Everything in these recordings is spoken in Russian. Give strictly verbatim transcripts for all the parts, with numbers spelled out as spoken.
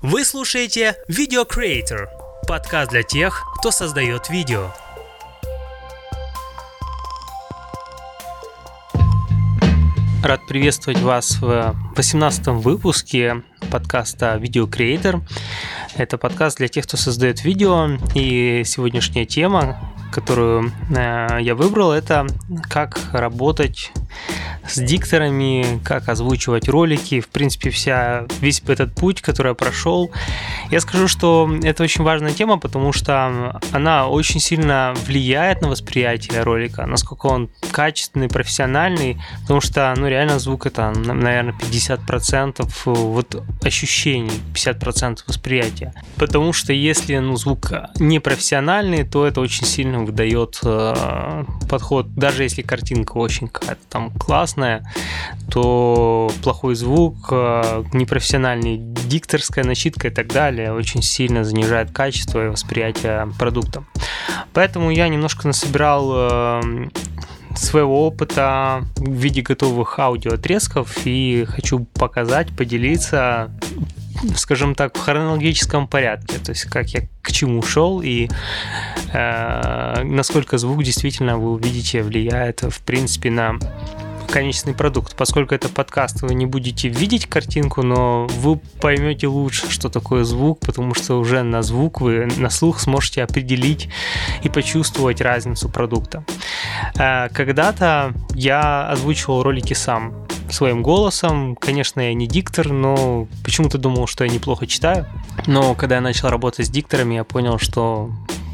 Вы слушаете Video Creator, подкаст для тех, кто создает видео. Рад приветствовать вас в восемнадцатом выпуске подкаста Video Creator. Это подкаст для тех, кто создает видео, и сегодняшняя тема, которую э, я выбрал, это как работать с дикторами, как озвучивать ролики, в принципе, вся, весь этот путь, который я прошел. Я скажу, что это очень важная тема, потому что она очень сильно влияет на восприятие ролика, насколько он качественный, профессиональный, потому что, ну, реально звук это, наверное, пятьдесят процентов вот ощущений, пятьдесят процентов восприятия. Потому что если, ну, звук непрофессиональный, то это очень сильно выдает э, подход, даже если картинка очень какая-то там классная, то плохой звук, э, непрофессиональный дикторская начитка и так далее очень сильно занижает качество и восприятие продукта. Поэтому я немножко насобирал э, своего опыта в виде готовых аудиоотрезков и хочу показать, поделиться, скажем так, в хронологическом порядке, то есть как я к чему шел и э, насколько звук действительно, вы увидите, влияет в принципе на конечный продукт. Поскольку это подкаст, вы не будете видеть картинку, но вы поймете лучше, что такое звук, потому что уже на звук вы, на слух сможете определить и почувствовать разницу продукта. Э, когда-то я озвучивал ролики сам, своим голосом. Конечно, я не диктор, но почему-то думал, что я неплохо читаю. Но когда я начал работать с дикторами, я понял, что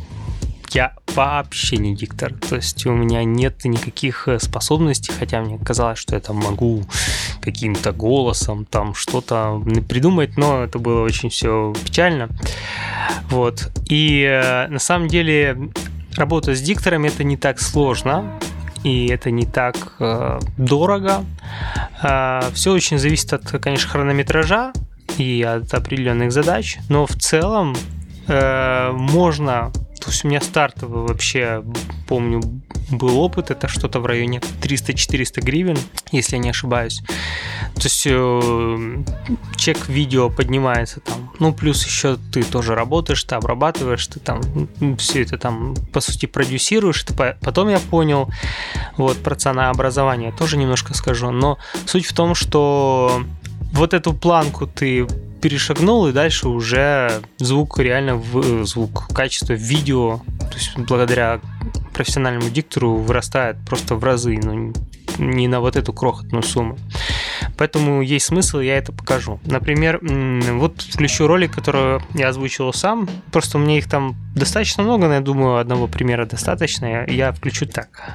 я вообще не диктор. То есть у меня нет никаких способностей, хотя мне казалось, что я там могу каким-то голосом там что-то придумать, но это было очень все печально. Вот. И э, на самом деле работа с дикторами — это не так сложно. И это не так э, дорого. Э, все очень зависит от, конечно, хронометража и от определенных задач, но в целом э, можно... То есть у меня стартовый вообще, помню, был опыт, это что-то в районе триста-четыреста гривен, если я не ошибаюсь. То есть э, чек видео поднимается там, ну плюс еще ты тоже работаешь, ты обрабатываешь, ты там все это там по сути продюсируешь. Это потом я понял, вот про ценообразование тоже немножко скажу, но суть в том, что вот эту планку ты перешагнул, и дальше уже звук реально в звук, качество видео, то есть благодаря профессиональному диктору вырастает просто в разы, но не на вот эту крохотную сумму. Поэтому есть смысл, я это покажу. Например, вот включу ролик, который я озвучивал сам. Просто у меня их там достаточно много, но я думаю, одного примера достаточно. Я включу так.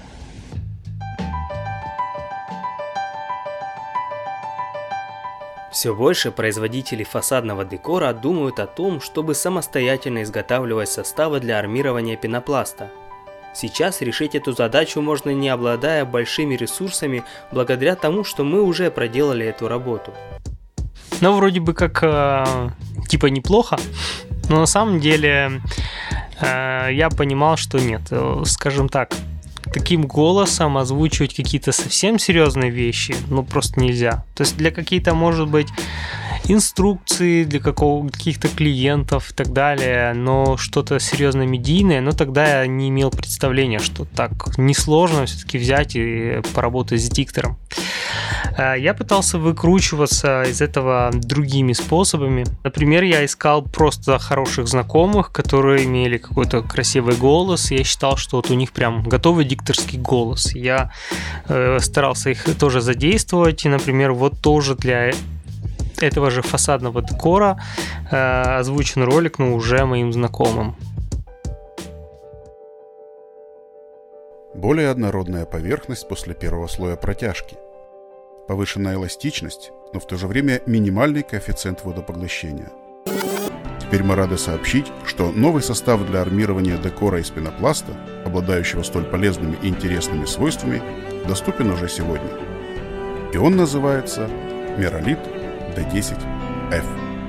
Все больше производителей фасадного декора думают о том, чтобы самостоятельно изготавливать составы для армирования пенопласта. Сейчас решить эту задачу можно, не обладая большими ресурсами, благодаря тому, что мы уже проделали эту работу. Ну, вроде бы как э, типа неплохо, но на самом деле э, я понимал, что нет. Скажем так, таким голосом озвучивать какие-то совсем серьезные вещи, ну, просто нельзя. То есть для каких-то, может быть, инструкции, для какого, каких-то клиентов и так далее, но что-то серьезно медийное, но тогда я не имел представления, что так несложно все-таки взять и поработать с диктором. Я пытался выкручиваться из этого другими способами. Например, я искал просто хороших знакомых, которые имели какой-то красивый голос. Я считал, что вот у них прям готовый дикторский голос. Я э, старался их тоже задействовать. И, например, вот тоже для этого же фасадного декора э, озвучен ролик, но уже моим знакомым. Более однородная поверхность после первого слоя протяжки. Повышенная эластичность, но в то же время минимальный коэффициент водопоглощения. Теперь мы рады сообщить, что новый состав для армирования декора из пенопласта, обладающего столь полезными и интересными свойствами, доступен уже сегодня. И он называется Merolith ди десять эф.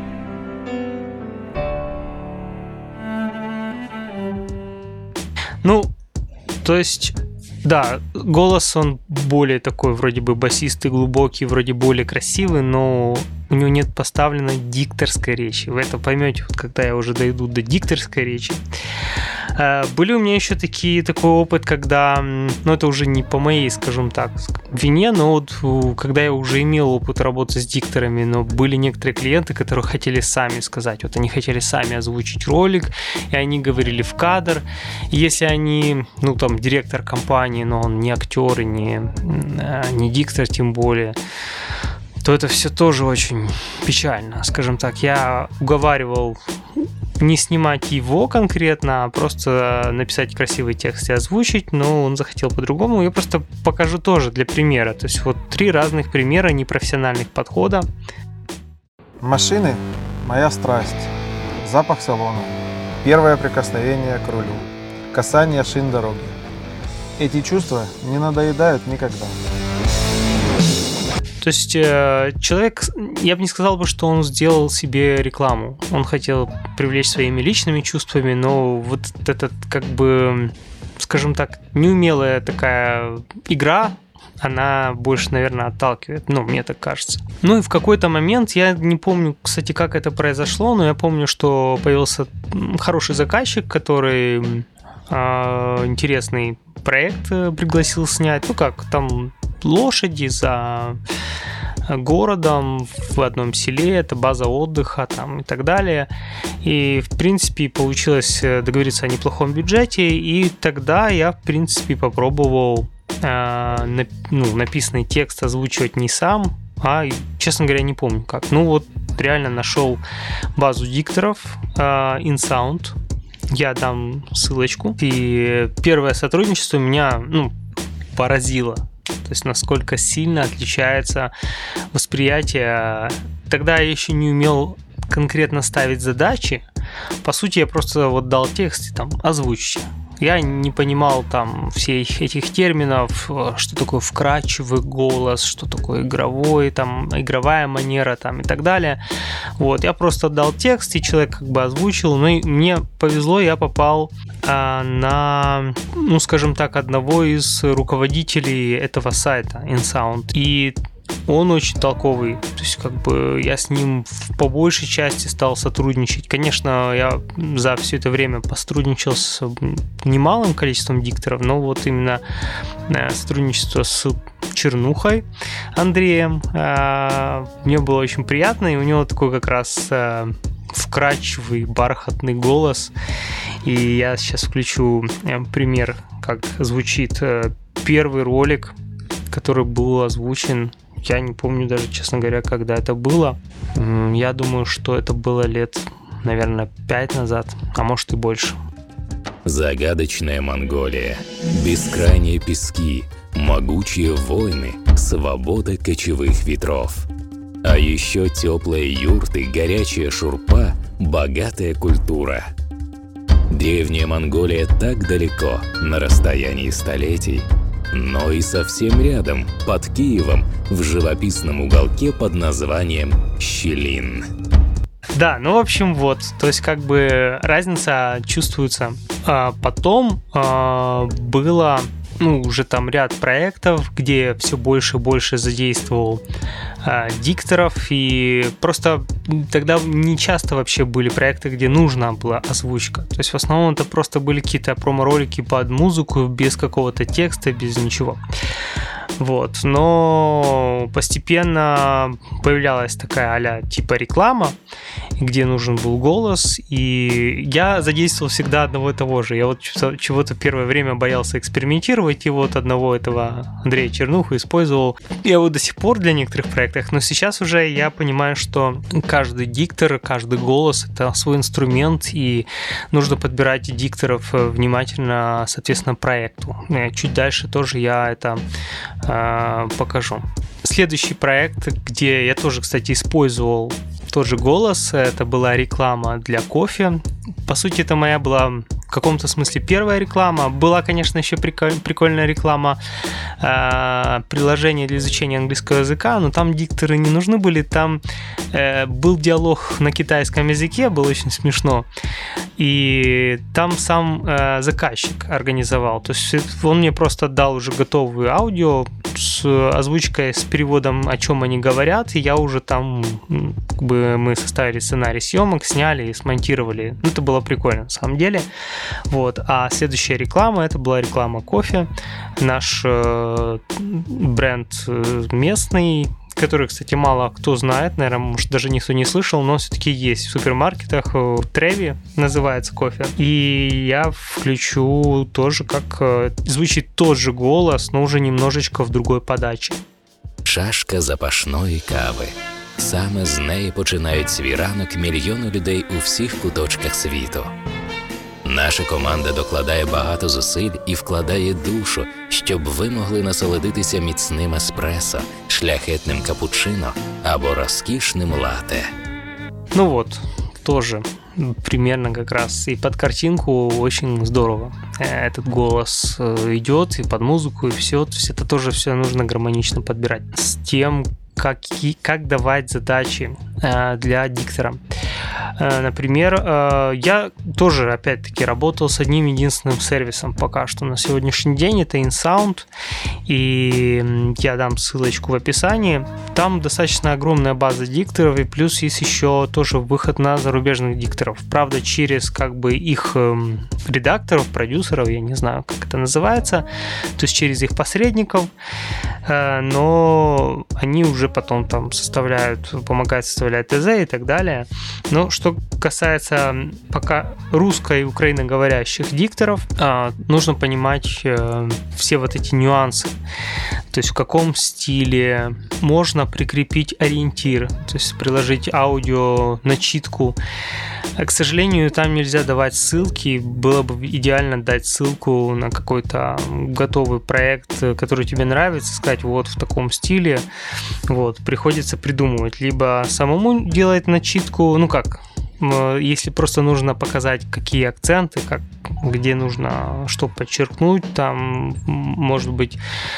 Ну, то есть... Да, голос он более такой, вроде бы басистый, глубокий, вроде более красивый, но у него нет поставленной дикторской речи. Вы это поймете, вот, когда я уже дойду до дикторской речи. Были у меня еще такие, такой опыт, когда, ну это уже не по моей, скажем так, вине, но вот когда я уже имел опыт работы с дикторами, но были некоторые клиенты, которые хотели сами сказать, вот они хотели сами озвучить ролик, и они говорили в кадр, и если они, ну там директор компании, но он не актер и не, не диктор тем более, то это все тоже очень печально, скажем так. Я уговаривал не снимать его конкретно, а просто написать красивый текст и озвучить, но он захотел по-другому. Я просто покажу тоже для примера. То есть вот три разных примера непрофессиональных подхода. Машины – моя страсть. Запах салона. Первое прикосновение к рулю. Касание шин дороги. Эти чувства не надоедают никогда. То есть человек, я бы не сказал бы, что он сделал себе рекламу. Он хотел привлечь своими личными чувствами, но вот этот, как бы, скажем так, неумелая такая игра, она больше, наверное, отталкивает. Ну, мне так кажется. Ну и в какой-то момент, я не помню, кстати, как это произошло, но я помню, что появился хороший заказчик, который э, интересный проект пригласил снять. Ну как, там лошади за городом в одном селе, это база отдыха там и так далее. И, в принципе, получилось договориться о неплохом бюджете, и тогда я, в принципе, попробовал э, на, ну, написанный текст озвучивать не сам, а, честно говоря, не помню как. Ну вот, реально нашел базу дикторов э, InSound. Я дам ссылочку. И первое сотрудничество меня, ну, поразило. То есть насколько сильно отличается восприятие. Тогда я еще не умел конкретно ставить задачи. По сути, я просто вот дал текст и там озвучьте. Я не понимал там всех этих терминов, что такое вкрадчивый голос, что такое игровой, там, игровая манера там, и так далее. Вот, я просто дал текст, и человек как бы озвучил. Ну и мне повезло, я попал а, на, ну скажем так, одного из руководителей этого сайта InSound. И он очень толковый, то есть как бы я с ним по большей части стал сотрудничать. Конечно, я за все это время посотрудничал с немалым количеством дикторов, но вот именно сотрудничество с Чернухой Андреем мне было очень приятно, и у него такой как раз вкрадчивый, бархатный голос. И я сейчас включу пример, как звучит первый ролик, который был озвучен. Я не помню даже, честно говоря, когда это было. Я думаю, что это было лет, наверное, пять назад, а может и больше. Загадочная Монголия, бескрайние пески, могучие войны, свобода кочевых ветров. А еще теплые юрты, горячая шурпа, богатая культура. Древняя Монголия так далеко, на расстоянии столетий, но и совсем рядом, под Киевом, в живописном уголке под названием Щелин. Да, ну в общем вот, то есть как бы разница чувствуется. А потом а, было, ну уже там ряд проектов, где все больше и больше задействовал а, дикторов, и просто тогда не часто вообще были проекты, где нужна была озвучка. То есть в основном это просто были какие-то промо-ролики под музыку, без какого-то текста, без ничего. Вот, но постепенно появлялась такая а-ля типа реклама, где нужен был голос, и я задействовал всегда одного и того же. Я вот чего-то первое время боялся экспериментировать, и вот одного этого Андрея Чернуху использовал. Я его до сих пор для некоторых проектов, но сейчас уже я понимаю, что каждый диктор, каждый голос — это свой инструмент, и нужно подбирать дикторов внимательно, соответственно, проекту. Чуть дальше тоже я это покажу. Следующий проект, где я тоже, кстати, использовал тот же голос, это была реклама для кофе. По сути, это моя была в каком-то смысле первая реклама. Была, конечно, еще прикольная реклама э, приложения для изучения английского языка, но там дикторы не нужны были. Там э, был диалог на китайском языке, было очень смешно. И там сам э, заказчик организовал. То есть он мне просто дал уже готовую аудио с озвучкой, с переводом, о чем они говорят, и я уже там, как бы, мы составили сценарий съемок, сняли и смонтировали. Ну, это было прикольно, на самом деле. Вот. А следующая реклама, это была реклама кофе. Наш э, бренд местный, который, кстати, мало кто знает, наверное, может, даже никто не слышал, но все-таки есть в супермаркетах. Треви называется кофе. И я включу тоже, как звучит тот же голос, но уже немножечко в другой подаче. Чашка запашної кави. Саме з неї починають свій ранок мільйони людей у всіх куточках світу. Наша команда докладає багато зусиль і вкладає душу, щоб ви могли насолодитися міцним еспресо, шляхетним капучино або розкішним латте. Ну вот, тоже примерно как раз и под картинку очень здорово. Этот голос идет и под музыку, и все. То есть это тоже все нужно гармонично подбирать. С тем, как, как давать задачи для диктора. Например, я тоже, опять-таки, работал с одним единственным сервисом пока что на сегодняшний день, это InSound, и я дам ссылочку в описании. Там достаточно огромная база дикторов, и плюс есть еще тоже выход на зарубежных дикторов. Правда, через как бы их редакторов, продюсеров, я не знаю, как это называется, то есть через их посредников, но они уже потом там составляют, помогают составлять ТЗ и так далее. Но что касается пока русско- и украиноговорящих дикторов, нужно понимать все вот эти нюансы. То есть в каком стиле можно прикрепить ориентир, то есть приложить аудио, начитку. К сожалению, там нельзя давать ссылки. Было бы идеально дать ссылку на какой-то готовый проект, который тебе нравится, сказать вот в таком стиле. Вот, приходится придумывать. Либо самому делать начитку, ну как, если просто нужно показать, какие акценты, как, где нужно что подчеркнуть, там, может быть,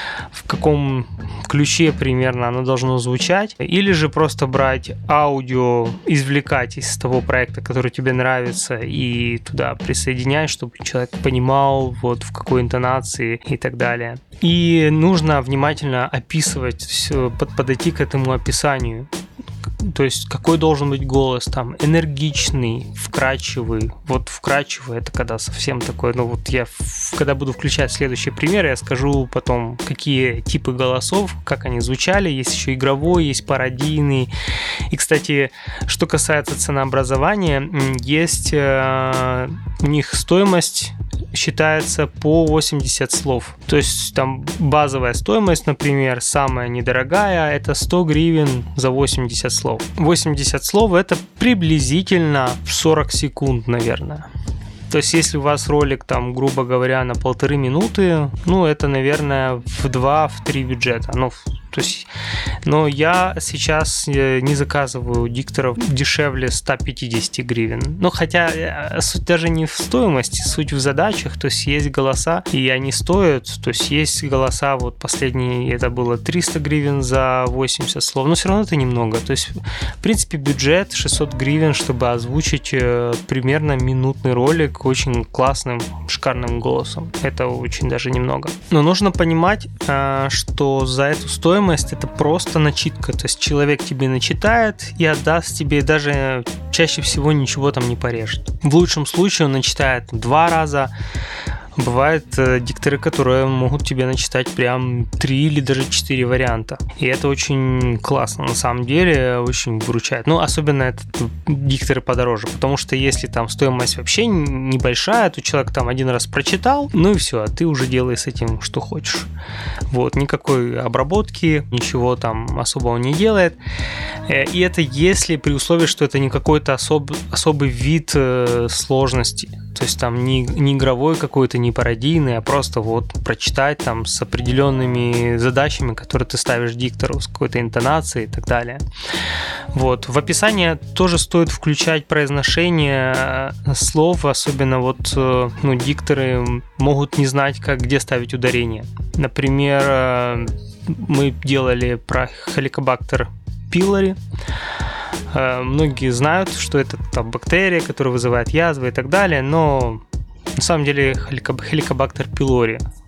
в каком ключе примерно оно должно звучать, или же просто брать аудио, извлекать из того проекта, который тебе нравится, и туда присоединять, чтобы человек понимал, вот в какой интонации и так далее. И нужно внимательно описывать все, подойти к этому описанию. То есть какой должен быть голос там, энергичный, вкрадчивый. Вот вкрадчивый — это когда совсем такой, ну вот я, когда буду включать следующий пример, я скажу потом, какие типы голосов, как они звучали. Есть еще игровой, есть пародийный. И, кстати, что касается ценообразования, есть э, у них стоимость считается по восемьдесят слов. То есть там базовая стоимость, например, самая недорогая, это сто гривен за восемьдесят слов. восемьдесят слов — это приблизительно сорок секунд, наверное. То есть, если у вас ролик, там, грубо говоря, на полторы минуты, ну, это, наверное, в два-три бюджета. Ну, то есть, но я сейчас не заказываю дикторов дешевле ста пятидесяти гривен. Ну, хотя суть даже не в стоимости, суть в задачах. То есть, есть голоса, и они стоят. То есть, есть голоса, вот последний, это было триста гривен за восемьдесят слов. Но все равно это немного. То есть, в принципе, бюджет шестьсот гривен, чтобы озвучить примерно минутный ролик очень классным, шикарным голосом. Это очень даже немного. Но нужно понимать, что за эту стоимость это просто начитка. То есть человек тебе начитает и отдаст тебе, даже чаще всего ничего там не порежет. В лучшем случае он начитает два раза. Бывают э, дикторы, которые могут тебе начитать прям три или даже четыре варианта. И это очень классно, на самом деле, очень выручает. Ну, особенно это дикторы подороже, потому что если там стоимость вообще небольшая, то человек там один раз прочитал, ну и все, а ты уже делай с этим, что хочешь. Вот, никакой обработки, ничего там особого не делает. И это если при условии, что это не какой-то особ, особый вид э, сложности. То есть там не, не игровой какой-то, не пародийный, а просто вот прочитать там с определенными задачами, которые ты ставишь диктору, с какой-то интонацией и так далее. Вот. В описании тоже стоит включать произношение слов, особенно вот ну, дикторы могут не знать, как, где ставить ударение. Например, мы делали про Helicobacter pylori. Многие знают, что это там бактерия, которая вызывает язвы и так далее, но на самом деле Helicobacter pylori.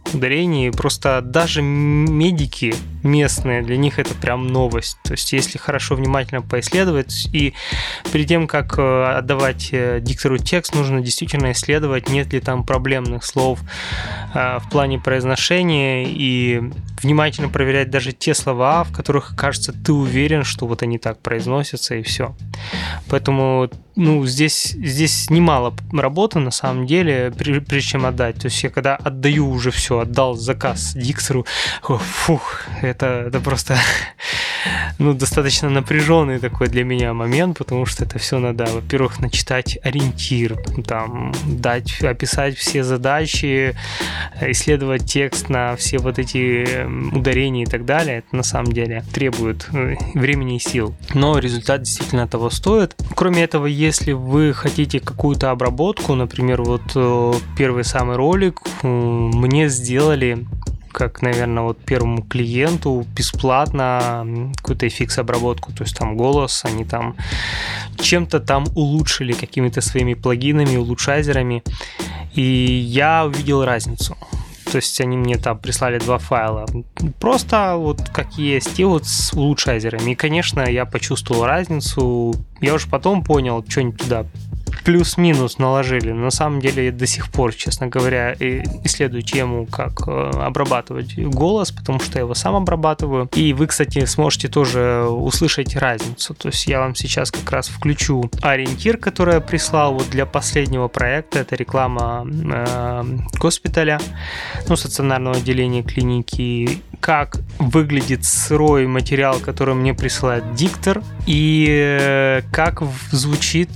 ударений. Просто даже медики местные, для них это прям новость. То есть если хорошо, внимательно поисследовать, и перед тем, как отдавать диктору текст, нужно действительно исследовать, нет ли там проблемных слов в плане произношения, и внимательно проверять даже те слова, в которых, кажется, ты уверен, что вот они так произносятся, и все. Поэтому, ну, здесь, здесь немало работы, на самом деле, прежде чем отдать. То есть я когда отдаю уже все, отдал заказ диктору, фух, это, это просто ну, достаточно напряженный такой для меня момент, потому что это все надо, во-первых, начитать ориентир, там, дать, описать все задачи, исследовать текст на все вот эти ударения и так далее. Это на самом деле требует времени и сил. Но результат действительно того стоит. Кроме этого, если вы хотите какую-то обработку, например, вот первый самый ролик мне сделали, как, наверное, вот первому клиенту бесплатно какую-то эф икс-обработку, то есть там голос, они там чем-то там улучшили какими-то своими плагинами, улучшайзерами, и я увидел разницу. То есть они мне там прислали два файла, просто вот как есть, и вот с улучшайзерами. И, конечно, я почувствовал разницу, я уже потом понял, что они туда плюс-минус наложили. На самом деле я до сих пор, честно говоря, исследую тему, как обрабатывать голос, потому что я его сам обрабатываю. И вы, кстати, сможете тоже услышать разницу. То есть я вам сейчас как раз включу ориентир, который я прислал вот для последнего проекта. Это реклама э, госпиталя, ну, стационарного отделения клиники. Как выглядит сырой материал, который мне присылает диктор, и э, как звучит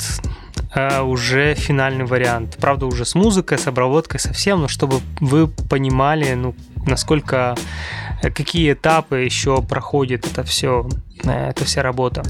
уже финальный вариант. Правда, уже с музыкой, с обработкой совсем, но чтобы вы понимали, ну, насколько, какие этапы еще проходит это все, эта вся работа.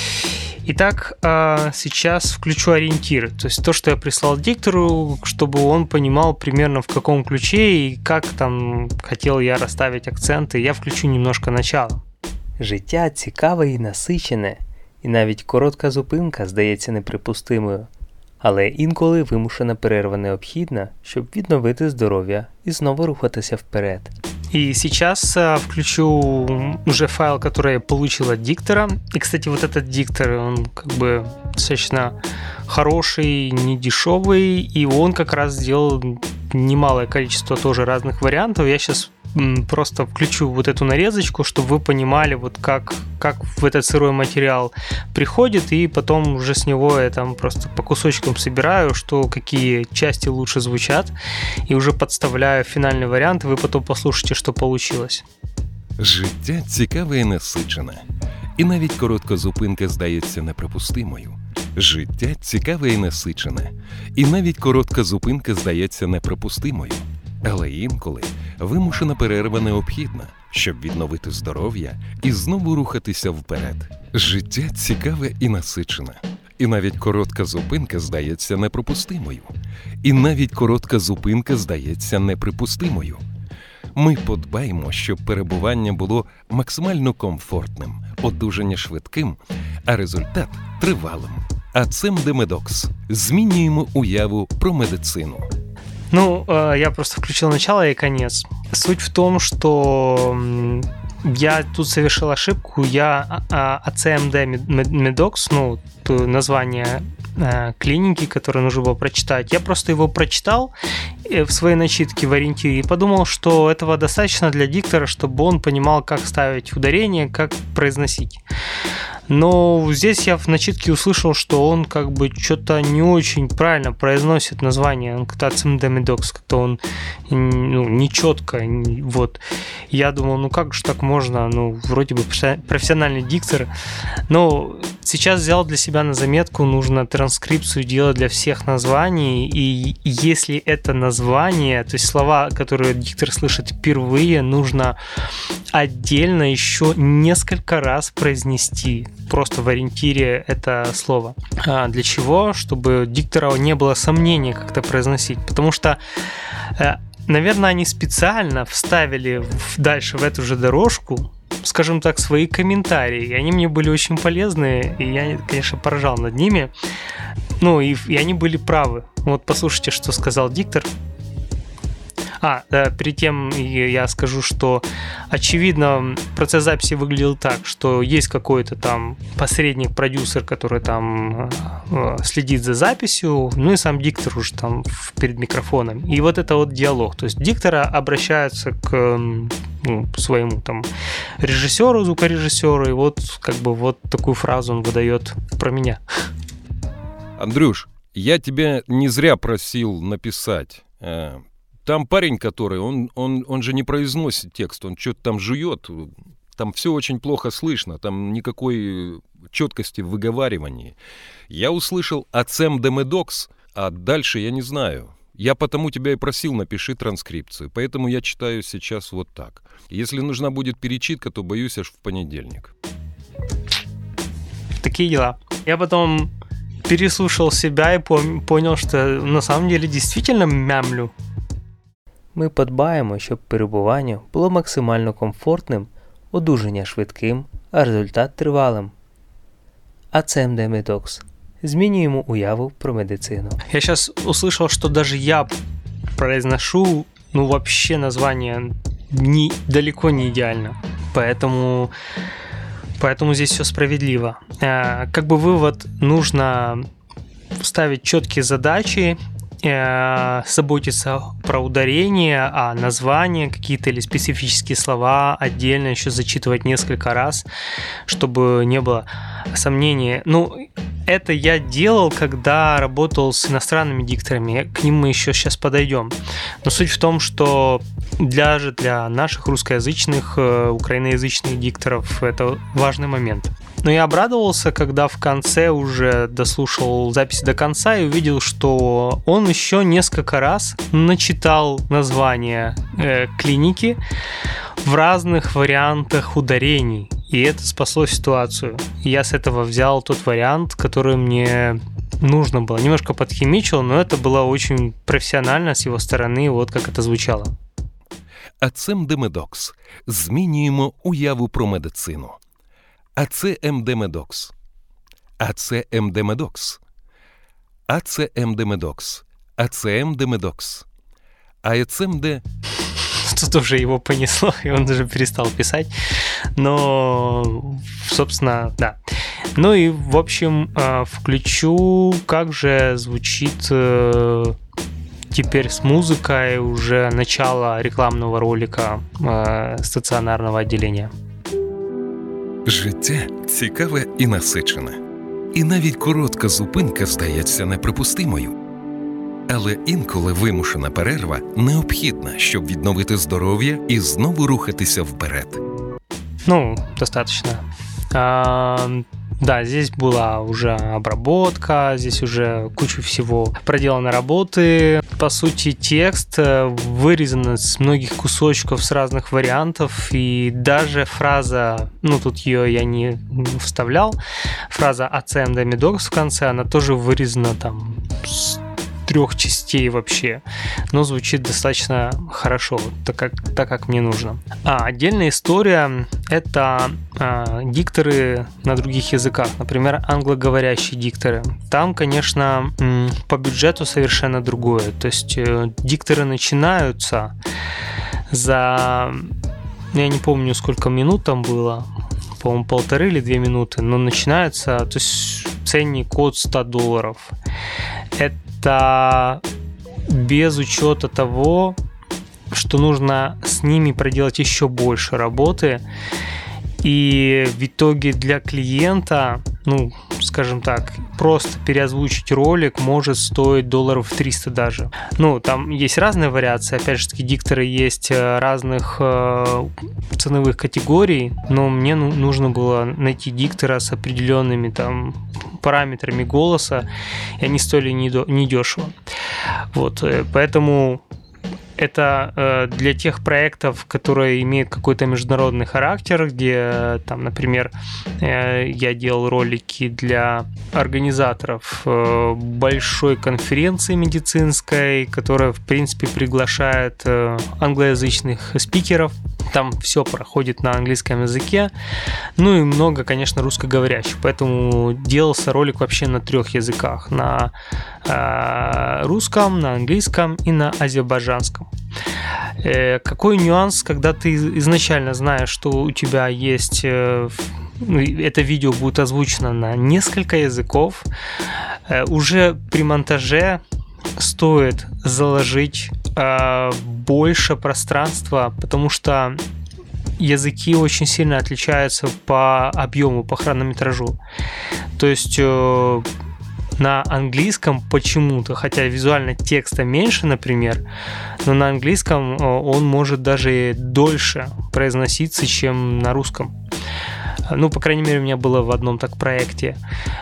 Итак, сейчас включу ориентир, то есть то, что я прислал диктору, чтобы он понимал примерно в каком ключе и как там хотел я расставить акценти. Я включу немножко начало. Життя цікаве і насичене. І навіть коротка зупинка здається неприпустимою, але інколи вимушена перерва необхідна, щоб відновити здоров'я і знову рухатися вперед. И сейчас а, включу уже файл, который я получил от диктора. И, кстати, вот этот диктор, он как бы достаточно хороший, не дешевый, и он как раз сделал немалое количество тоже разных вариантов. Я сейчас просто включу вот эту нарезочку, чтобы вы понимали, вот как, как в этот сырой материал приходит, и потом уже с него я там просто по кусочкам собираю, что какие части лучше звучат, и уже подставляю финальный вариант, и вы потом послушайте, что получилось. Життя цікаве і насичене. І навіть коротка зупинка здається неприпустимою. Життя цікаве і насичене. І навіть коротка зупинка здається неприпустимою. Але інколи вимушена перерва необхідна, щоб відновити здоров'я і знову рухатися вперед. Життя цікаве і насичене. І навіть коротка зупинка здається неприпустимою. І навіть коротка зупинка здається неприпустимою. Ми подбаємо, щоб перебування було максимально комфортним, одужання швидким, а результат – тривалим. Ацем-Демедокс. Змінюємо уяву про медицину. Ну, я просто включил начало и конец. Суть в том, что я тут совершил ошибку. Я ацем-Демедокс, ну, название клиники, которое нужно было прочитать, я просто его прочитал в своей начитке в ориентире и подумал, что этого достаточно для диктора, чтобы он понимал, как ставить ударение, как произносить. Но здесь я в начитке услышал, что он как бы что-то не очень правильно произносит название. Он как-то ацем-Демедокс, как-то он ну, нечетко. Вот. Я думал, ну как же так можно? Ну, вроде бы профессиональный диктор. Но сейчас взял для себя на заметку, нужно транскрипцию делать для всех названий. И если это название, то есть слова, которые диктор слышит впервые, нужно отдельно еще несколько раз произнести. Просто в ориентире это слово. А для чего? Чтобы диктора не было сомнений, как это произносить. Потому что, наверное, они специально вставили дальше в эту же дорожку, скажем так, свои комментарии. И они мне были очень полезны, и я, конечно, поражал над ними. Ну, и, и они были правы. Вот послушайте, что сказал диктор. А, да, перед тем я скажу, что очевидно процесс записи выглядел так, что есть какой-то там посредник-продюсер, который там следит за записью, ну и сам диктор уже там перед микрофоном. И вот это вот диалог. То есть диктор обращается к ну, своему там режиссеру, звукорежиссеру, и вот как бы вот такую фразу он выдает про меня. Андрюш, я тебя не зря просил написать. Там парень, который, он, он, он же не произносит текст, он что-то там жует, там все очень плохо слышно, там никакой четкости в выговаривании. Я услышал «Ацем демедокс», а дальше я не знаю. Я потому тебя и просил, напиши транскрипцию, поэтому я читаю сейчас вот так. Если нужна будет перечитка, то боюсь аж в понедельник. Такие дела. Я потом переслушал себя и понял, що на самом деле дійсно мямлю. Ми подбаємо, щоб перебування було максимально комфортним, одужання швидким, а результат тривалим. Ацем демедокс. Змінюємо уяву про медицину. Я сейчас услышал, что даже я произношу, ну, вообще название не, далеко не идеально. Поэтому, поэтому здесь все справедливо. Э, как бы вывод: нужно ставить четкие задачи, э, заботиться про ударение, а названия какие-то или специфические слова отдельно еще зачитывать несколько раз, чтобы не было сомнений. Ну, это я делал, когда работал с иностранными дикторами. К ним мы еще сейчас подойдем. Но суть в том, что для, же для наших русскоязычных, украиноязычных дикторов это важный момент. Но я обрадовался, когда в конце уже дослушал запись до конца и увидел, что он еще несколько раз начитал название э, клиники в разных вариантах ударений. И это спасло ситуацию. Я с этого взял тот вариант, который мне нужно было. Немножко подхимичил, но это было очень профессионально с его стороны, вот как это звучало. Ацем демедокс. Змінюємо уяву про медицину. Ацем демедокс. Ацем демедокс. Ацем демедокс. Ацем демедокс. Ацем де... Тут уже его понесло, и он даже перестал писать. Но, собственно, да. Ну и, в общем, включу, как же звучит теперь с музыкой уже начало рекламного ролика стаціонарного отделения. Життя цікаве і насичене. І навіть коротка зупинка здається неприпустимою. Але інколи вимушена перерва необхідна, щоб відновити здоров'я і знову рухатися вперед. Ну, достаточно. А, да, здесь была уже обработка, здесь уже куча всего проделано работы. По сути, текст вырезан из многих кусочков с разных вариантов, и даже фраза, ну тут ее я не вставлял, фраза «Ацем демедокс» в конце, она тоже вырезана там с трех частей вообще, но звучит достаточно хорошо, так как, так как мне нужно. А отдельная история — это а, дикторы на других языках, например, англоговорящие дикторы. Там, конечно, по бюджету совершенно другое, то есть дикторы начинаются за, я не помню, сколько минут там было, по-моему, полторы или две минуты, но начинается, то есть ценник от сто долларов. Это Это без учета того, что нужно с ними проделать еще больше работы. И в итоге для клиента, ну, скажем так, просто переозвучить ролик может стоить долларов триста даже. Ну, там есть разные вариации. Опять же таки, дикторы есть разных э, ценовых категорий, но мне ну, нужно было найти диктора с определенными там параметрами голоса, и они стоили недешево. Вот, поэтому это э, для тех проектов, которые имеют какой-то международный характер, где, там, например, э, я делал ролики для организаторов э, большой конференции медицинской, которая, в принципе, приглашает э, англоязычных спикеров. Там все проходит на английском языке. Ну и много, конечно, русскоговорящих. Поэтому делался ролик вообще на трех языках. На э, русском, на английском и на азербайджанском. Какой нюанс, когда ты изначально знаешь, что у тебя есть... Это видео будет озвучено на несколько языков. Уже при монтаже стоит заложить больше пространства, потому что языки очень сильно отличаются по объему, по хронометражу. То есть на английском почему-то, хотя визуально текста меньше, например, но на английском он может даже дольше произноситься, чем на русском. Ну, по крайней мере, у меня было в одном так проекте.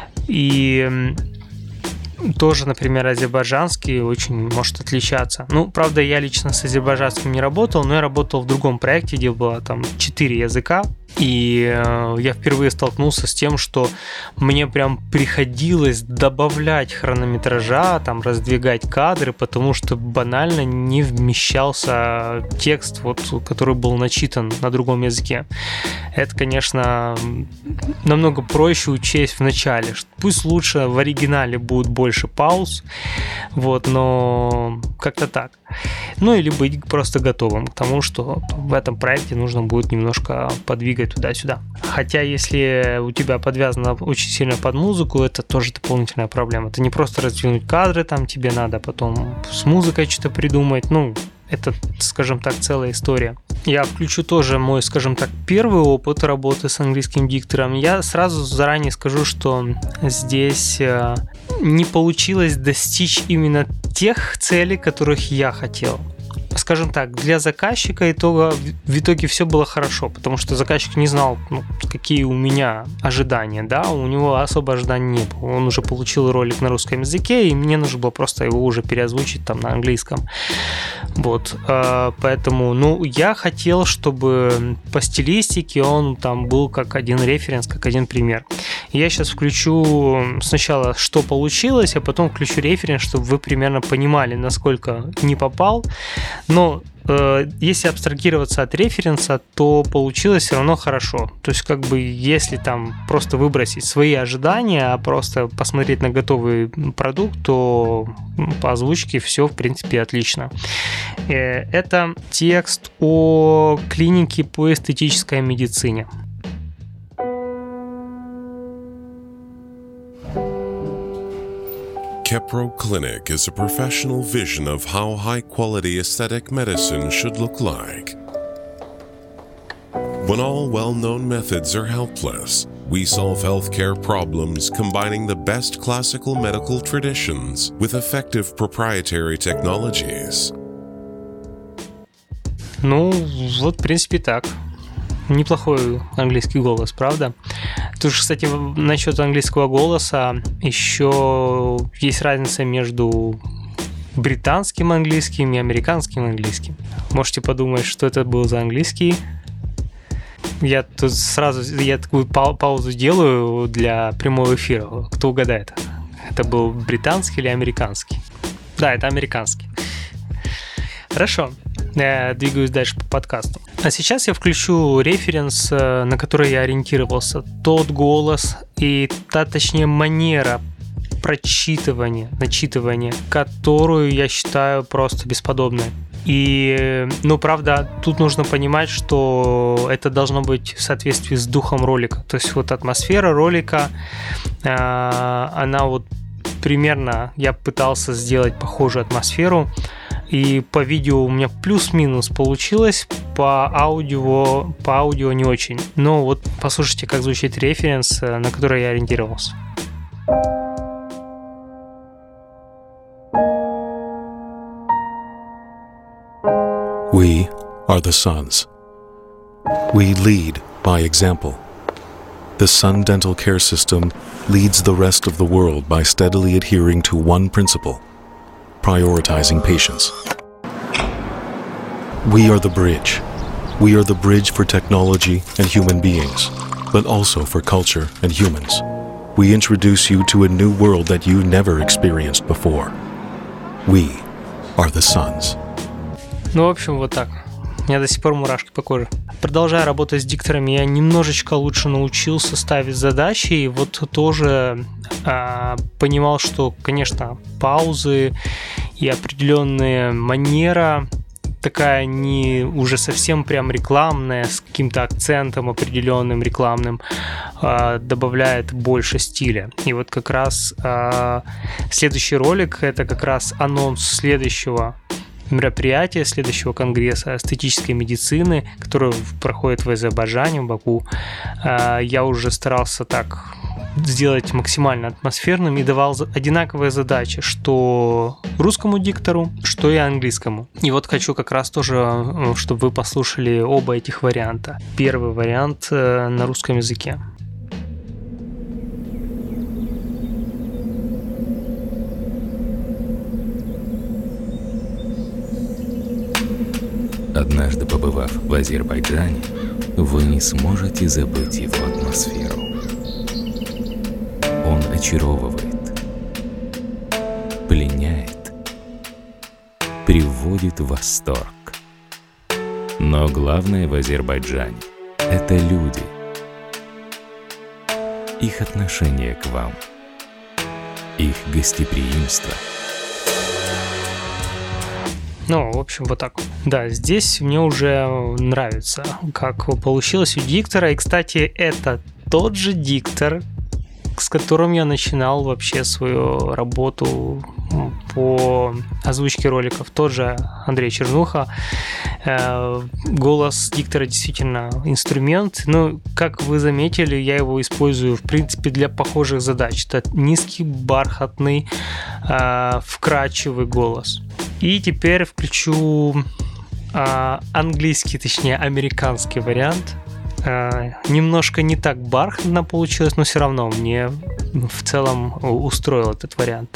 И тоже, например, азербайджанский очень может отличаться. Ну, правда, я лично с азербайджанским не работал, но я работал в другом проекте, где было там четыре языка. И э, я впервые столкнулся с тем, что мне прям приходилось добавлять хронометража, там, раздвигать кадры, потому что банально не вмещался текст, вот, который был начитан на другом языке. Это, конечно, намного проще учесть в начале. Пусть лучше в оригинале будет больше пауз, вот, но как-то так. Ну или быть просто готовым к тому, что в этом проекте нужно будет немножко подвигать туда-сюда. Хотя если у тебя подвязано очень сильно под музыку, это тоже дополнительная проблема. Это не просто раздвинуть кадры, там тебе надо потом с музыкой что-то придумать. Ну, это, скажем так, целая история. Я включу тоже мой, скажем так, первый опыт работы с английским диктором. Я сразу заранее скажу, что здесь не получилось достичь именно тех целей, которых я хотел. Скажем так, для заказчика итога, в итоге все было хорошо, потому что заказчик не знал, ну, какие у меня ожидания, да, у него особо ожиданий не было. Он уже получил ролик на русском языке, и мне нужно было просто его уже переозвучить там на английском. Вот, поэтому, ну, я хотел, чтобы по стилистике он там был как один референс, как один пример. Я сейчас включу сначала, что получилось, а потом включу референс, чтобы вы примерно понимали, насколько не попал. Но э, если абстрагироваться от референса, то получилось все равно хорошо. То есть, как бы, если там просто выбросить свои ожидания, а просто посмотреть на готовый продукт, то по озвучке все, в принципе, отлично. Э, это текст о клинике по эстетической медицине. Kepro Clinic is a professional vision of how high-quality aesthetic medicine should look like. When all well-known methods are helpless, we solve healthcare problems combining the best classical medical traditions with effective proprietary technologies. Ну, вот, в принципе, так. Неплохой английский голос, правда? Тут же, кстати, насчет английского голоса еще есть разница между британским английским и американским английским. Можете подумать, что это был за английский. Я тут сразу я такую пау- паузу делаю для прямого эфира. Кто угадает? Это был британский или американский? Да, это американский. Хорошо. Я двигаюсь дальше по подкасту. А сейчас я включу референс, на который я ориентировался. Тот голос и та, точнее, манера прочитывания, начитывания, которую я считаю просто бесподобной. И, ну, правда, тут нужно понимать, что это должно быть в соответствии с духом ролика. То есть вот атмосфера ролика, она вот примерно, я пытался сделать похожую атмосферу. И по видео у меня плюс-минус получилось, по аудио, по аудио не очень. Но вот послушайте, как звучит референс, на который я ориентировался. We are the sons. We lead by example. The Sun Dental Care System leads the rest of the world by steadily adhering to one principle: prioritizing patients. We are the bridge. We are the bridge for technology and human beings, but also for culture and humans. We introduce you to a new world that you never experienced before. We are the sons. Ну, в общем, вот так. У меня до сих пор мурашки по коже. Продолжая работать с дикторами, я немножечко лучше научился ставить задачи, и вот тоже а, понимал, что, конечно, паузы и определенная манера такая не уже совсем прям рекламная, с каким-то акцентом определенным рекламным, э, добавляет больше стиля. И вот как раз э, следующий ролик — это как раз анонс следующего мероприятия, следующего конгресса эстетической медицины, который проходит в Азербайджане, в Баку. Э, я уже старался так сделать максимально атмосферным и давал одинаковые задачи, что русскому диктору, что и английскому. И вот хочу как раз тоже, чтобы вы послушали оба этих варианта. Первый вариант на русском языке. Однажды побывав в Азербайджане, вы не сможете забыть его атмосферу. Он очаровывает, пленяет, приводит в восторг. Но главное в Азербайджане — это люди, их отношение к вам, их гостеприимство. Ну, в общем, вот так. Да, здесь мне уже нравится, как получилось у диктора. И, кстати, это тот же диктор, с которым я начинал вообще свою работу по озвучке роликов. Тот же Андрей Чернуха. Голос диктора действительно инструмент. Ну, как вы заметили, я его использую, в принципе, для похожих задач. Это низкий, бархатный, вкрадчивый голос. И теперь включу английский, точнее, американский вариант. Uh, немножко не так бархатно получилось, но все равно мне в целом устроил этот вариант.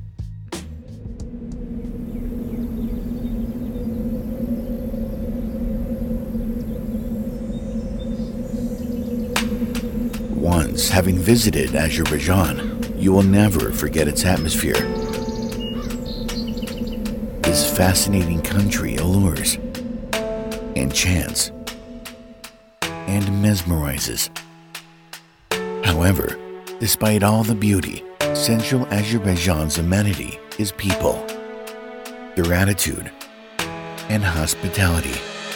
Once having visited Azerbaijan, you will never forget its atmosphere. This fascinating country allures, enchants, and mesmerizes. However, despite all the beauty, Central Azerbaijan's amenity is people, their attitude, and hospitality.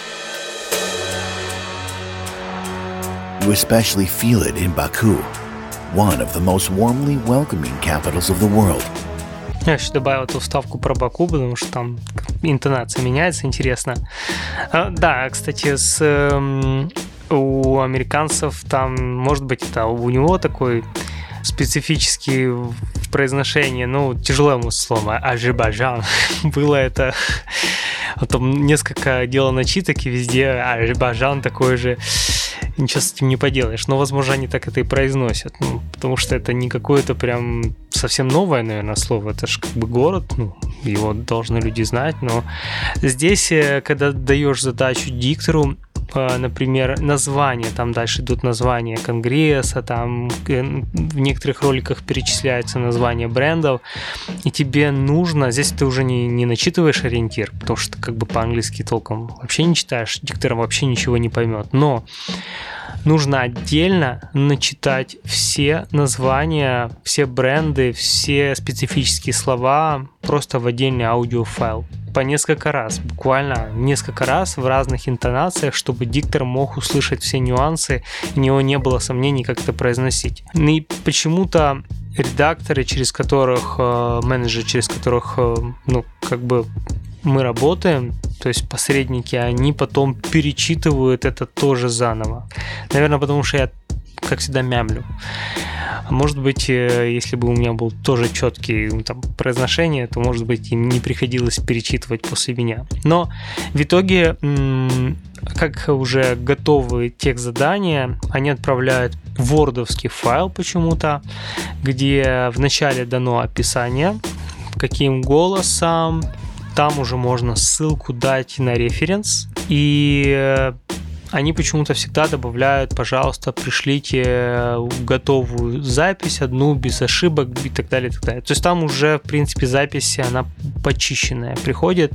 You especially feel it in Baku, one of the most warmly welcoming capitals of the world. Я еще добавил эту вставку про Баку, потому что там интонация меняется, интересно. А, да, кстати, с... Эм... у американцев там, может быть, это у него такой специфический в произношении, ну, тяжело ему слово, Азербайджан. Было это, там несколько дело начиток, и везде Азербайджан такой же, ничего с этим не поделаешь. Но, возможно, они так это и произносят, ну, потому что это не какое-то прям совсем новое, наверное, слово, это же как бы город, ну, его должны люди знать, но здесь, когда даешь задачу диктору, например, названия, там дальше идут названия конгресса, там в некоторых роликах перечисляются названия брендов, и тебе нужно, здесь ты уже не, не начитываешь ориентир, потому что как бы по-английски толком вообще не читаешь, диктор вообще ничего не поймет, но нужно отдельно начитать все названия, все бренды, все специфические слова просто в отдельный аудиофайл. По несколько раз, буквально несколько раз в разных интонациях, чтобы диктор мог услышать все нюансы, и у него не было сомнений, как это произносить. И почему-то редакторы, через которых, менеджеры, через которых, ну, как бы мы работаем, то есть посредники, они потом перечитывают это тоже заново. Наверное, потому что я, как всегда, мямлю. Может быть, если бы у меня был тоже четкий там, произношение, то, может быть, им не приходилось перечитывать после меня. Но в итоге, как уже готовый текст задания, они отправляют вордовский файл почему-то, где вначале дано описание, каким голосом, там уже можно ссылку дать на референс, и они почему-то всегда добавляют, пожалуйста, пришлите готовую запись, одну без ошибок и так далее, и так далее. То есть там уже, в принципе, запись, она почищенная приходит,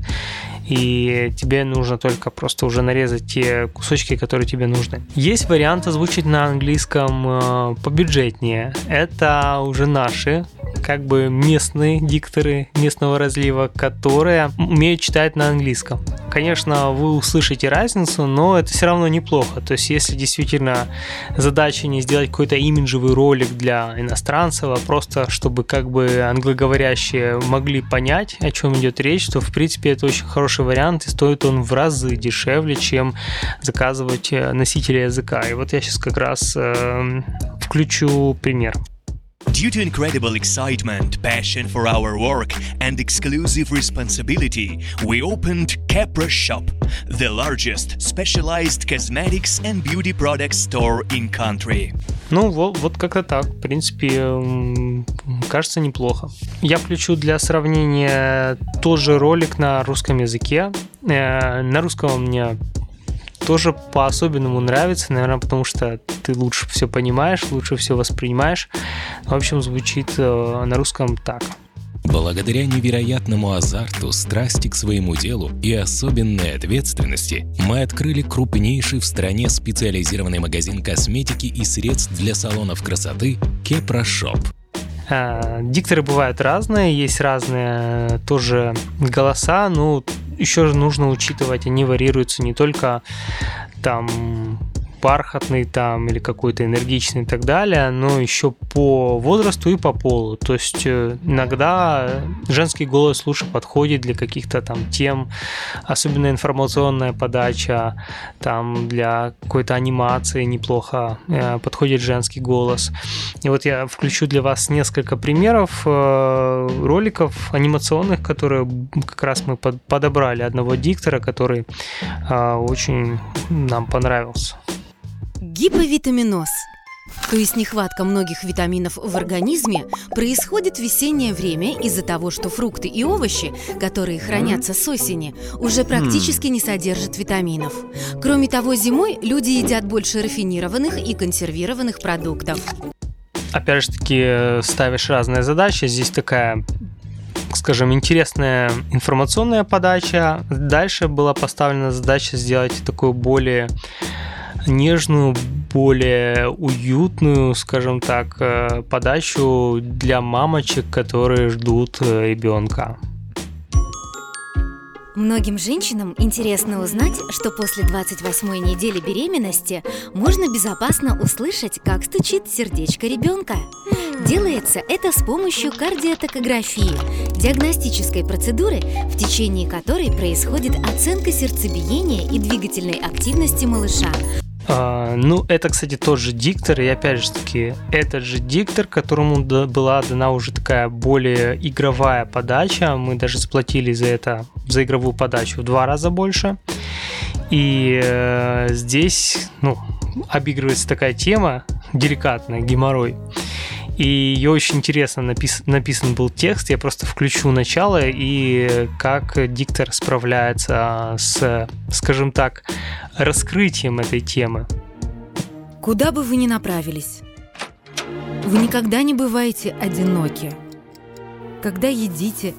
и тебе нужно только просто уже нарезать те кусочки, которые тебе нужны. Есть вариант озвучить на английском побюджетнее. Это уже наши как бы местные дикторы местного разлива, которые умеют читать на английском. Конечно, вы услышите разницу, но это все равно неплохо. То есть, если действительно задача не сделать какой-то имиджевый ролик для иностранцев, а просто чтобы как бы англоговорящие могли понять, о чем идет речь, то в принципе это очень хороший вариант, и стоит он в разы дешевле, чем заказывать носителя языка. И вот я сейчас как раз э, включу пример. Due to incredible excitement, passion for our work, and exclusive responsibility, we opened Capra Shop, the largest specialized cosmetics and beauty products store in country. Ну, вот, вот как-то так. В принципе, кажется, неплохо. Я включу для сравнения тот же ролик на русском языке. На русском мне тоже по-особенному нравится, наверное, потому что ты лучше все понимаешь, лучше все воспринимаешь. В общем, звучит на русском так. Благодаря невероятному азарту, страсти к своему делу и особенной ответственности мы открыли крупнейший в стране специализированный магазин косметики и средств для салонов красоты Capra Shop. Дикторы бывают разные, есть разные тоже голоса, но еще нужно учитывать, они варьируются не только там бархатный там или какой-то энергичный и так далее, но еще по возрасту и по полу. То есть иногда женский голос лучше подходит для каких-то там тем, особенно информационная подача, там для какой-то анимации неплохо подходит женский голос. И вот я включу для вас несколько примеров роликов анимационных, которые как раз мы подобрали одного диктора, который очень нам понравился. Гиповитаминоз, то есть нехватка многих витаминов в организме, происходит в весеннее время из-за того, что фрукты и овощи, которые хранятся с осени, уже практически не содержат витаминов. Кроме того, зимой люди едят больше рафинированных и консервированных продуктов. Опять же таки, ставишь разные задачи. Здесь такая, скажем, интересная информационная подача. Дальше была поставлена задача сделать такую более нежную, более уютную, скажем так, подачу для мамочек, которые ждут ребенка. Многим женщинам интересно узнать, что после двадцать восьмой недели беременности можно безопасно услышать, как стучит сердечко ребенка. Делается это с помощью кардиотокографии, диагностической процедуры, в течение которой происходит оценка сердцебиения и двигательной активности малыша. А, ну, это, кстати, тот же диктор, и опять же таки, этот же диктор, которому была дана уже такая более игровая подача. Мы даже заплатили за это, за игровую подачу в два раза больше. И э, здесь, ну, обыгрывается такая тема деликатная, геморрой. И ее очень интересно напис- написан был текст. Я просто включу начало и как диктор справляется с, скажем так, раскрытием этой темы. Куда бы вы ни направились, вы никогда не бываете одиноки. Когда едите,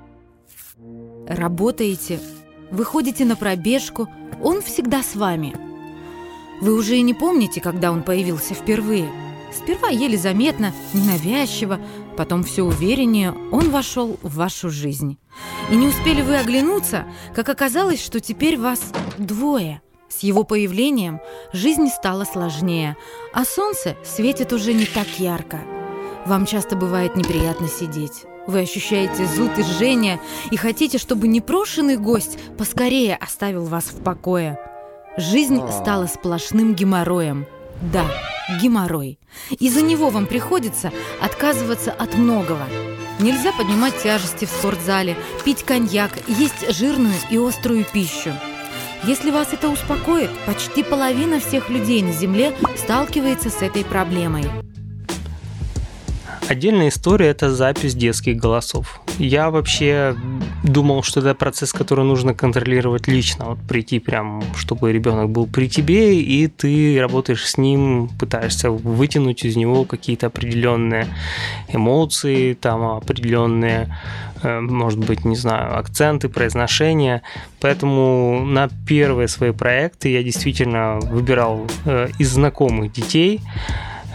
работаете, выходите на пробежку, он всегда с вами. Вы уже и не помните, когда он появился впервые. Сперва еле заметно, ненавязчиво, потом все увереннее он вошел в вашу жизнь. И не успели вы оглянуться, как оказалось, что теперь вас двое. С его появлением жизнь стала сложнее, а солнце светит уже не так ярко. Вам часто бывает неприятно сидеть. Вы ощущаете зуд и жжение и хотите, чтобы непрошенный гость поскорее оставил вас в покое. Жизнь стала сплошным геморроем. Да, геморрой. Из-за него вам приходится отказываться от многого. Нельзя поднимать тяжести в спортзале, пить коньяк, есть жирную и острую пищу. Если вас это успокоит, почти половина всех людей на Земле сталкивается с этой проблемой. Отдельная история – это запись детских голосов. Я вообще думал, что это процесс, который нужно контролировать лично. Вот прийти прям, чтобы ребенок был при тебе, и ты работаешь с ним, пытаешься вытянуть из него какие-то определенные эмоции, там определенные, может быть, не знаю, акценты, произношения. Поэтому на первые свои проекты я действительно выбирал из знакомых детей,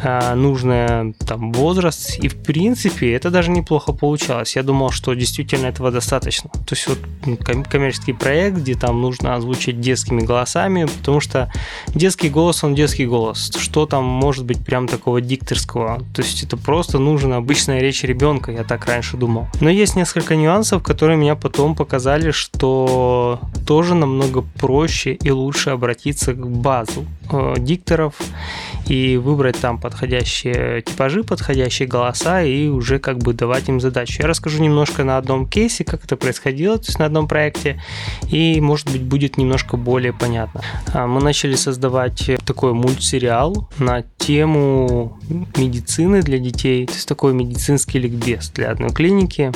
э, нужный там возраст, и в принципе это даже неплохо получалось. Я думал, что действительно этого достаточно. То есть вот коммерческий проект, где там нужно озвучить детскими голосами, потому что детский голос, он детский голос. Что там может быть прям такого дикторского? То есть это просто нужна обычная речь ребенка, я так раньше думал. Но есть несколько нюансов, которые меня потом показали, что тоже намного проще и лучше обратиться к базу э, дикторов и выбрать там подходящие типажи, подходящие голоса и уже как бы давать им задачу. Я расскажу немножко на одном кейсе, как это происходило, то есть на одном проекте, и может быть будет немножко более понятно. Мы начали создавать такой мультсериал на тему медицины для детей, то есть такой медицинский ликбез для одной клиники,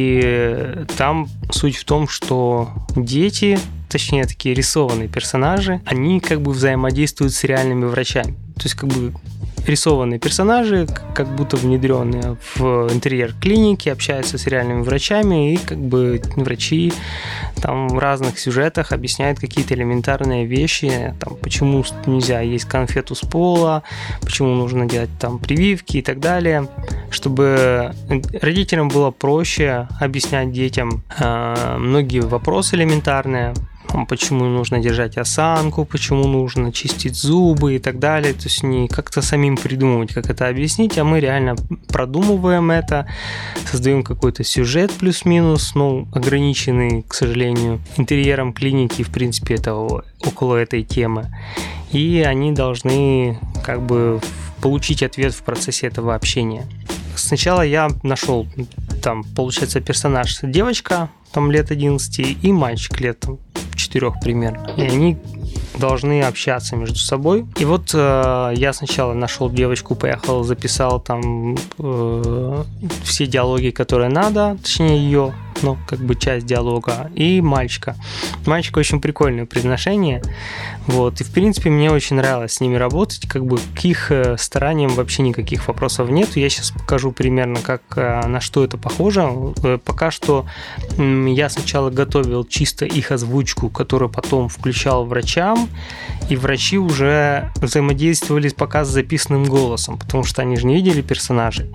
и там суть в том, что дети, точнее такие рисованные персонажи, они как бы взаимодействуют с реальными врачами. То есть как бы рисованные персонажи, как будто внедренные в интерьер клиники, общаются с реальными врачами, и как бы врачи там в разных сюжетах объясняют какие-то элементарные вещи, там, почему нельзя есть конфету с пола, почему нужно делать там прививки и так далее, чтобы родителям было проще объяснять детям э, многие вопросы элементарные, почему нужно держать осанку, почему нужно чистить зубы и так далее. То есть не как-то самим придумывать, как это объяснить, а мы реально продумываем это, создаем какой-то сюжет плюс-минус, ну, ограниченный, к сожалению, интерьером клиники, в принципе, это около этой темы. И они должны как бы получить ответ в процессе этого общения. Сначала я нашел, там, получается, персонаж девочка, там, лет одиннадцати, и мальчик лет там, четырех примерно. И они должны общаться между собой. И вот э, я сначала нашел девочку, поехал, записал там э, все диалоги, которые надо, точнее ее, ну, как бы часть диалога, и мальчика. Мальчика очень прикольное произношение, вот, и в принципе мне очень нравилось с ними работать, как бы к их стараниям вообще никаких вопросов нет. Я сейчас покажу примерно, как, на что это похоже. Пока что я сначала готовил чисто их озвучку, которую потом включал врачам, и врачи уже взаимодействовали пока с записанным голосом, потому что они же не видели персонажей,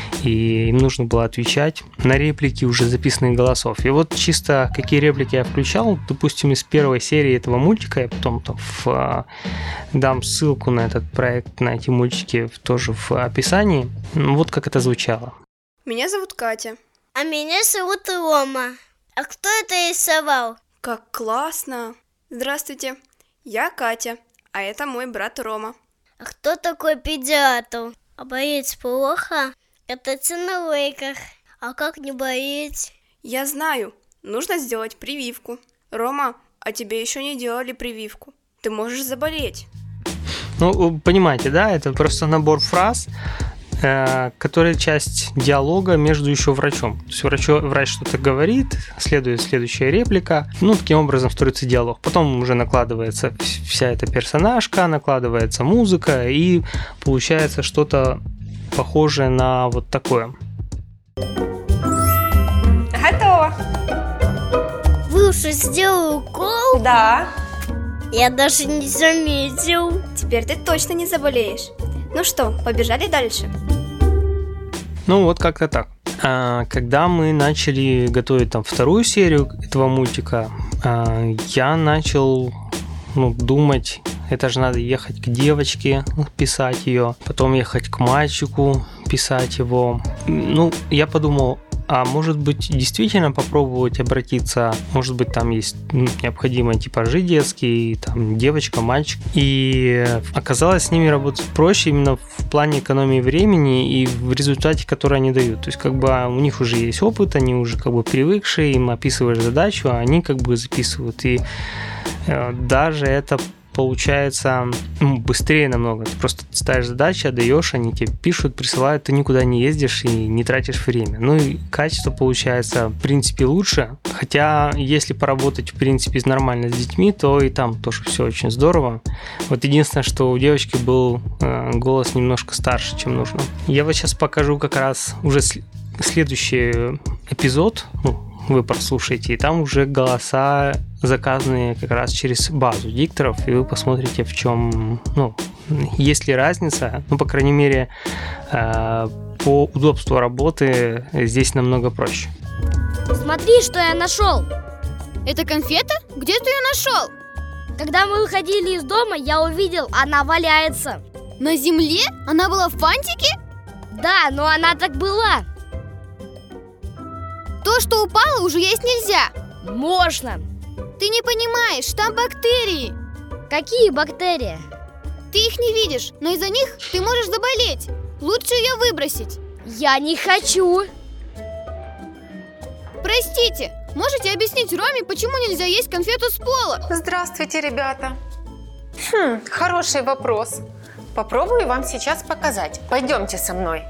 и им нужно было отвечать на реплики уже записанных голосов. И вот чисто какие реплики я включал, допустим, из первой серии этого мультика, я потом там в, дам ссылку на этот проект, на эти мультики тоже в описании. Вот как это звучало. Меня зовут Катя. А меня зовут Рома. А кто это рисовал? Как классно! Здравствуйте, я Катя, а это мой брат Рома. А кто такой педиатр? А болеть плохо? Кататься на лейках. А как не болеть? Я знаю, нужно сделать прививку. Рома, а тебе еще не делали прививку. Ты можешь заболеть. Ну, понимаете, да, это просто набор фраз, которая часть диалога между еще врачом. То есть врач, врач что-то говорит, следует следующая реплика, ну, таким образом строится диалог. Потом уже накладывается вся эта персонажка, накладывается музыка, и получается что-то похожее на вот такое. Готово. Вы уже сделали укол? Да. Я даже не заметил. Теперь ты точно не заболеешь. Ну что, побежали дальше? Ну вот как-то так. А, когда мы начали готовить там вторую серию этого мультика, а, я начал ну, думать, это же надо ехать к девочке, писать ее, потом ехать к мальчику, писать его. Ну, я подумал, а может быть действительно попробовать обратиться, может быть там есть необходимые типажи детские, там девочка, мальчик, и оказалось с ними работать проще именно в плане экономии времени и в результате, который они дают. То есть как бы у них уже есть опыт, они уже как бы привыкшие, им описываешь задачу, а они как бы записывают, и э, даже это получается ну, быстрее намного. Ты просто ставишь задачи, отдаешь, они тебе пишут, присылают, ты никуда не ездишь и не тратишь время. Ну и качество получается в принципе лучше. Хотя если поработать в принципе нормально с детьми, то и там тоже все очень здорово. Вот единственное, что у девочки был э, голос немножко старше, чем нужно. Я вот сейчас покажу как раз уже следующий эпизод, ну, вы прослушаете, и там уже голоса заказанные как раз через базу дикторов, и вы посмотрите, в чем, ну, есть ли разница, ну, по крайней мере, по удобству работы здесь намного проще. Смотри, что я нашел. Это конфета? Где ты ее нашел? Когда мы выходили из дома, я увидел, она валяется. На земле? Она была в фантике? Да, но она так была. То, что упало, уже есть нельзя. Можно. Ты не понимаешь, там бактерии. Какие бактерии? Ты их не видишь, но из-за них ты можешь заболеть. Лучше ее выбросить. Я не хочу. Простите, можете объяснить Роме, почему нельзя есть конфету с пола? Здравствуйте, ребята. Хм, хороший вопрос. Попробую вам сейчас показать. Пойдемте со мной.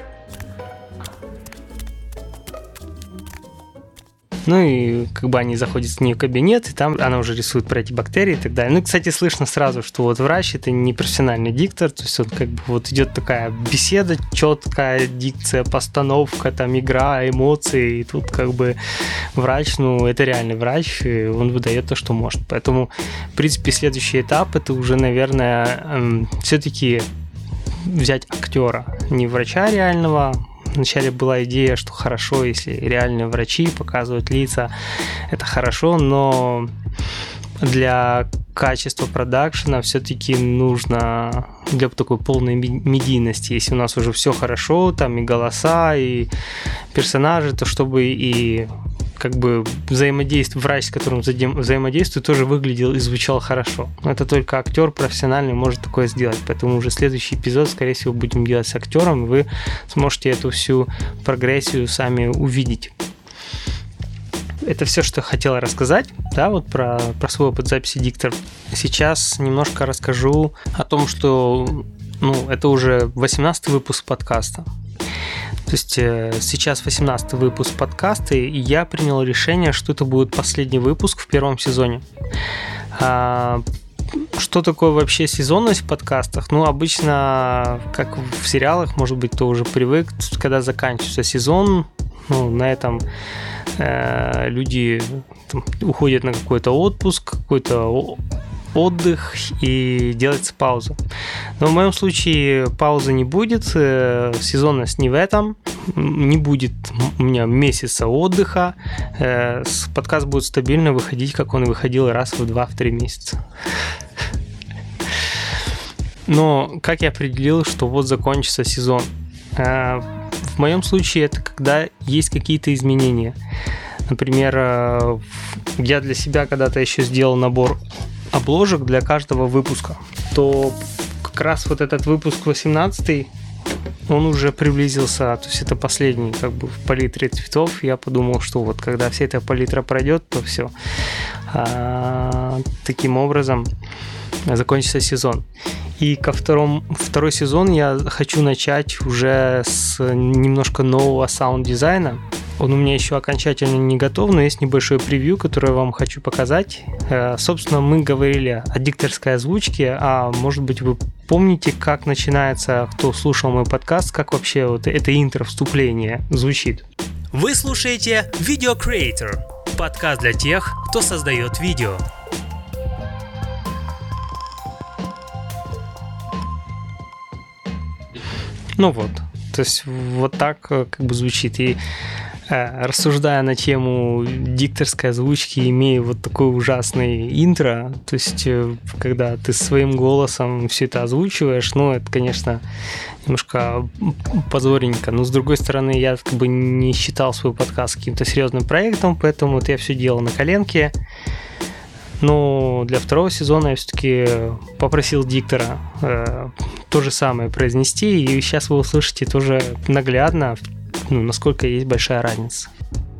Ну и как бы они заходят с ней в кабинет, и там она уже рисует про эти бактерии и так далее. Ну, кстати, слышно сразу, что вот врач — это не профессиональный диктор, то есть он как бы вот идет такая беседа, четкая дикция, постановка, там игра, эмоции, и тут как бы врач, ну, это реальный врач, и он выдает то, что может. Поэтому, в принципе, следующий этап — это уже, наверное, эм, все-таки взять актера, не врача реального. Вначале была идея, что хорошо, если реальные врачи показывают лица, это хорошо, но для качества продакшена все-таки нужно для такой полной медийности. Если у нас уже все хорошо, там и голоса, и персонажи, то чтобы и как бы взаимодействие, врач, с которым взаимодействует, тоже выглядел и звучал хорошо. Но это только актер профессиональный может такое сделать. Поэтому уже следующий эпизод, скорее всего, будем делать с актером, и вы сможете эту всю прогрессию сами увидеть. Это все, что я хотел рассказать, да, вот про, про свой опыт записи диктор. Сейчас немножко расскажу о том, что, ну, это уже восемнадцатый выпуск подкаста. То есть сейчас восемнадцатый выпуск подкаста, и я принял решение, что это будет последний выпуск в первом сезоне. А, что такое вообще сезонность в подкастах? Ну, обычно, как в сериалах, может быть, кто уже привык, когда заканчивается сезон, ну, на этом э, люди там уходят на какой-то отпуск, какой-то отдых, и делается пауза. Но в моем случае паузы не будет, сезонность не в этом, не будет у меня месяца отдыха, подкаст будет стабильно выходить, как он и выходил раз в два-три месяца. Но как я определил, что вот закончится сезон? В моем случае это когда есть какие-то изменения. Например, я для себя когда-то еще сделал набор обложек для каждого выпуска, то как раз вот этот выпуск восемнадцатый, он уже приблизился, то есть это последний как бы в палитре цветов. Я подумал, что вот когда вся эта палитра пройдет, то все. А, таким образом закончится сезон. И ко второму, второй сезон я хочу начать уже с немножко нового саунд-дизайна. Он у меня еще окончательно не готов, но есть небольшой превью, которое я вам хочу показать. Собственно, мы говорили о дикторской озвучке, а может быть вы помните, как начинается, кто слушал мой подкаст, как вообще вот это интро, вступление звучит. Вы слушаете Video Creator, подкаст для тех, кто создает видео. Ну вот, то есть вот так как бы звучит. И рассуждая на тему дикторской озвучки, имея вот такой ужасный интро, то есть когда ты своим голосом все это озвучиваешь, ну это, конечно, немножко позорненько, но с другой стороны, я как бы не считал свой подкаст каким-то серьезным проектом, поэтому вот я все делал на коленке. Но для второго сезона я все-таки попросил диктора э, то же самое произнести, и сейчас вы услышите тоже наглядно, ну, насколько есть большая разница.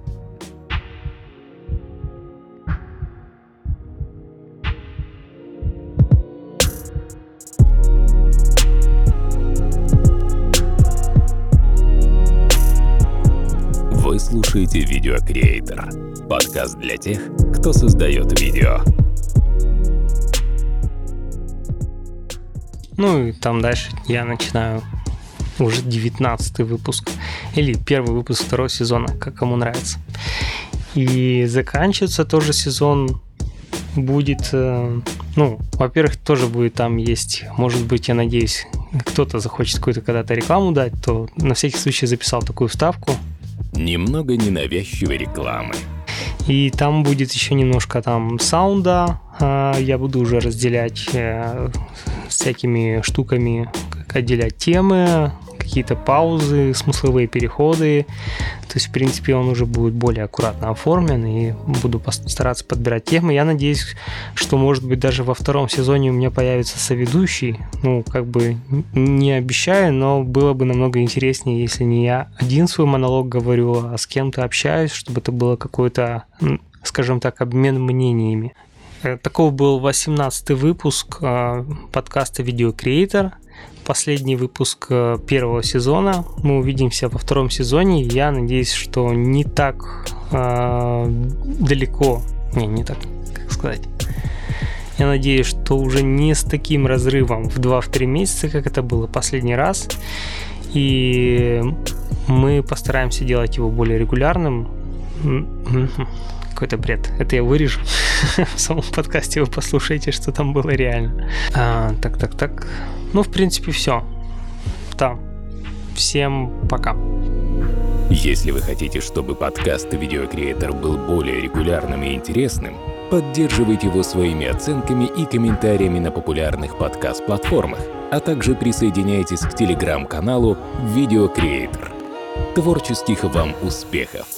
Вы слушаете Video Creator, подкаст для тех, кто создает видео. Ну и там дальше я начинаю уже девятнадцатый выпуск, или первый выпуск второго сезона, как кому нравится. И заканчивается тоже сезон будет, ну, во-первых, тоже будет там есть, может быть, я надеюсь, кто-то захочет какую-то когда-то рекламу дать, то на всякий случай записал такую вставку. Немного ненавязчивой рекламы. И там будет еще немножко там саунда, я буду уже разделять всякими штуками, как отделять темы, какие-то паузы, смысловые переходы. То есть, в принципе, он уже будет более аккуратно оформлен, и буду стараться подбирать темы. Я надеюсь, что, может быть, даже во втором сезоне у меня появится соведущий. Ну, как бы не обещаю, но было бы намного интереснее, если не я один свой монолог говорю, а с кем-то общаюсь, чтобы это было какой-то, скажем так, обмен мнениями. Таков был восемнадцатый выпуск подкаста Video Creator. Последний выпуск первого сезона. Мы увидимся во втором сезоне. Я надеюсь, что не так э, далеко. Не, не так, как сказать. Я надеюсь, что уже не с таким разрывом в два-три месяца, как это было последний раз. И мы постараемся делать его более регулярным. Какой-то бред. Это я вырежу. В самом подкасте вы послушайте, что там было реально. А, так, так, так. Ну, в принципе, все. Да. Всем пока. Если вы хотите, чтобы подкаст Video Creator был более регулярным и интересным, поддерживайте его своими оценками и комментариями на популярных подкаст-платформах, а также присоединяйтесь к телеграм-каналу Video Creator. Творческих вам успехов!